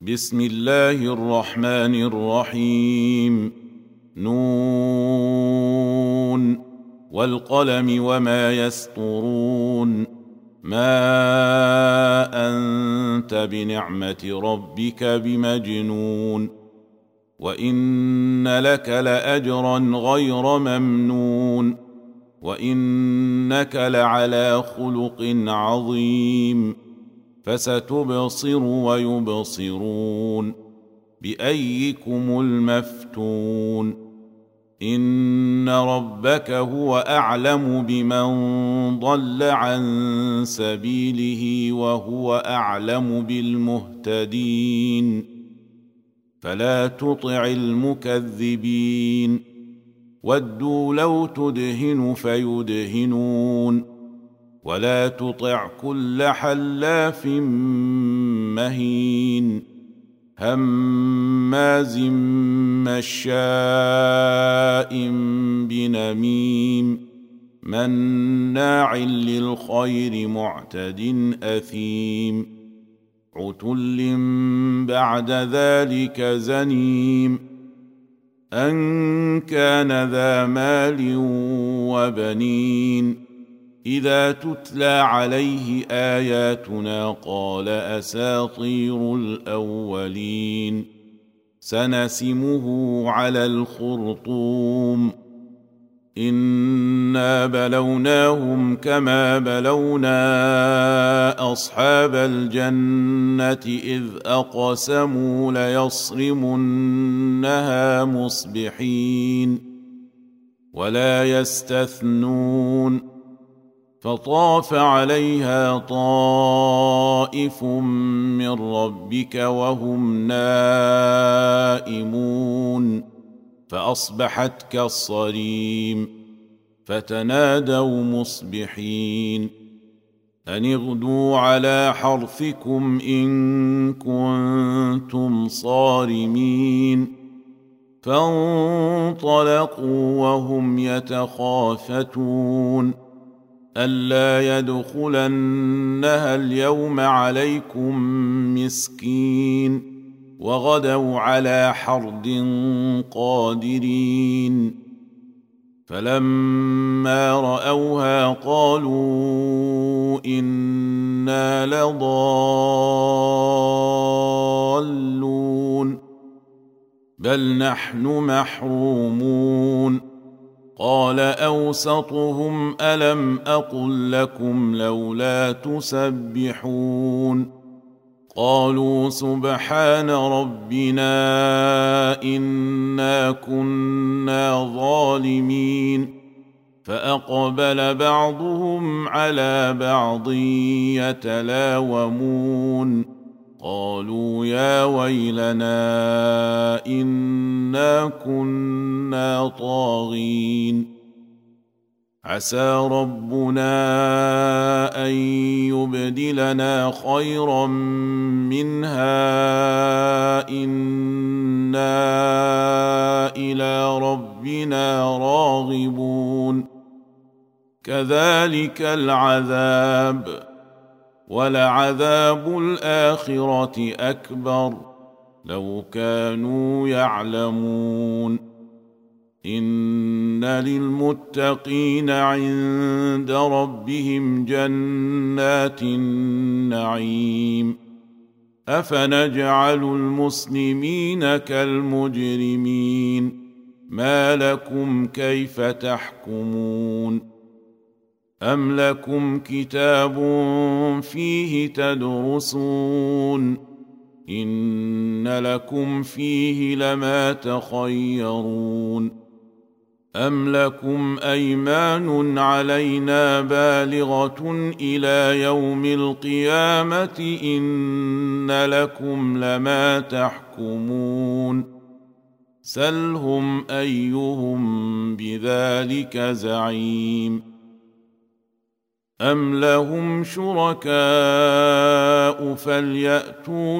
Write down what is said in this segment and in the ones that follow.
بسم الله الرحمن الرحيم. نون والقلم وما يسطرون. ما أنت بنعمة ربك بمجنون، وإن لك لأجرا غير ممنون، وإنك لعلى خلق عظيم. فستبصر ويبصرون بأيكم المفتون. إن ربك هو أعلم بمن ضل عن سبيله وهو أعلم بالمهتدين. فلا تطع المكذبين، ودوا لو تدهن فيدهنون. ولا تطع كل حلاف مهين، هماز مشاء بنميم، مناع للخير معتد أثيم، عتل بعد ذلك زنيم، أن كان ذا مال وبنين. إذا تتلى عليه آياتنا قال أساطير الأولين. سنسمه على الخرطوم. إنا بلوناهم كما بلونا أصحاب الجنة إذ أقسموا ليصرمنها مصبحين ولا يستثنون. فطاف عليها طائف من ربك وهم نائمون، فأصبحت كالصريم. فتنادوا مصبحين أن اغدوا على حرثكم إن كنتم صارمين. فانطلقوا وهم يتخافتون ألا يدخلنها اليوم عليكم مسكين، وغدوا على حرد قادرين. فلما رأوها قالوا إنا لضالون بل نحن محرومون. قال أوسطهم ألم أقل لكم لولا تسبحون. قالوا سبحان ربنا إنا كنا ظالمين. فأقبل بعضهم على بعض يتلاومون قالوا يا ويلنا إنا كنا طاغين. عسى ربنا أن يبدلنا خيرا منها إنا إلى ربنا راغبون. كذلك العذاب، ولعذاب الآخرة أكبر لو كانوا يعلمون. إن للمتقين عند ربهم جنات النعيم. أفنجعل المسلمين كالمجرمين؟ ما لكم كيف تحكمون؟ أم لكم كتاب فيه تدرسون؟ إن لكم فيه لما تخيرون. أم لكم أيمان علينا بالغة إلى يوم القيامة إن لكم لما تحكمون. سلهم أيهم بذلك زعيم. أم لهم شركاء فليأتوا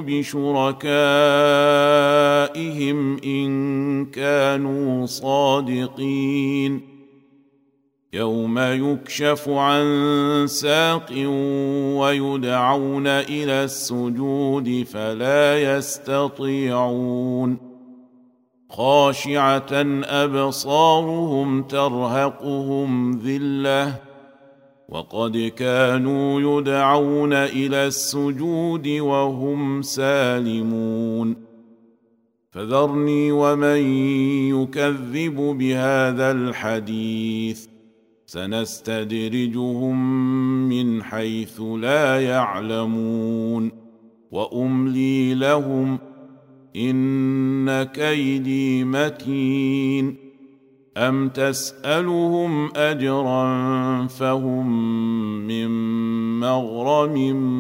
بشركائهم إن كانوا صادقين. يوم يكشف عن ساق ويدعون إلى السجود فلا يستطيعون خاشعة أبصارهم ترهقهم ذلة وقد كانوا يدعون إلى السجود وهم سالمون فذرني ومن يكذب بهذا الحديث سنستدرجهم من حيث لا يعلمون وأملي لهم إن كيدي متين أم تسألهم أجرا فهم من مغرم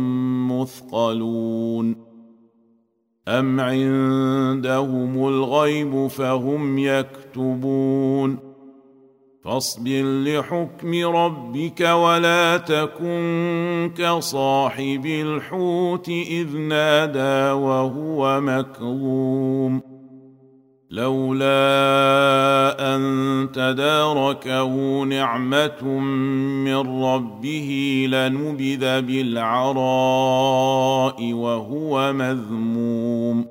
مثقلون أم عندهم الغيب فهم يكتبون فاصبر لحكم ربك ولا تكن كصاحب الحوت إذ نادى وهو مكظوم لولا أن تداركه نعمة من ربه لنبذ بالعراء وهو مذموم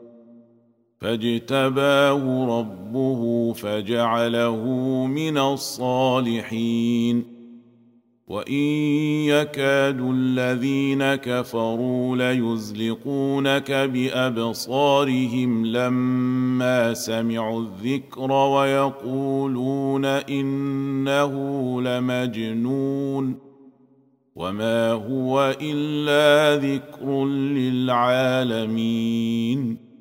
فاجتباه ربه فجعله من الصالحين وإن يكاد الذين كفروا ليزلقونك بأبصارهم لما سمعوا الذكر ويقولون إنه لمجنون وما هو إلا ذكر للعالمين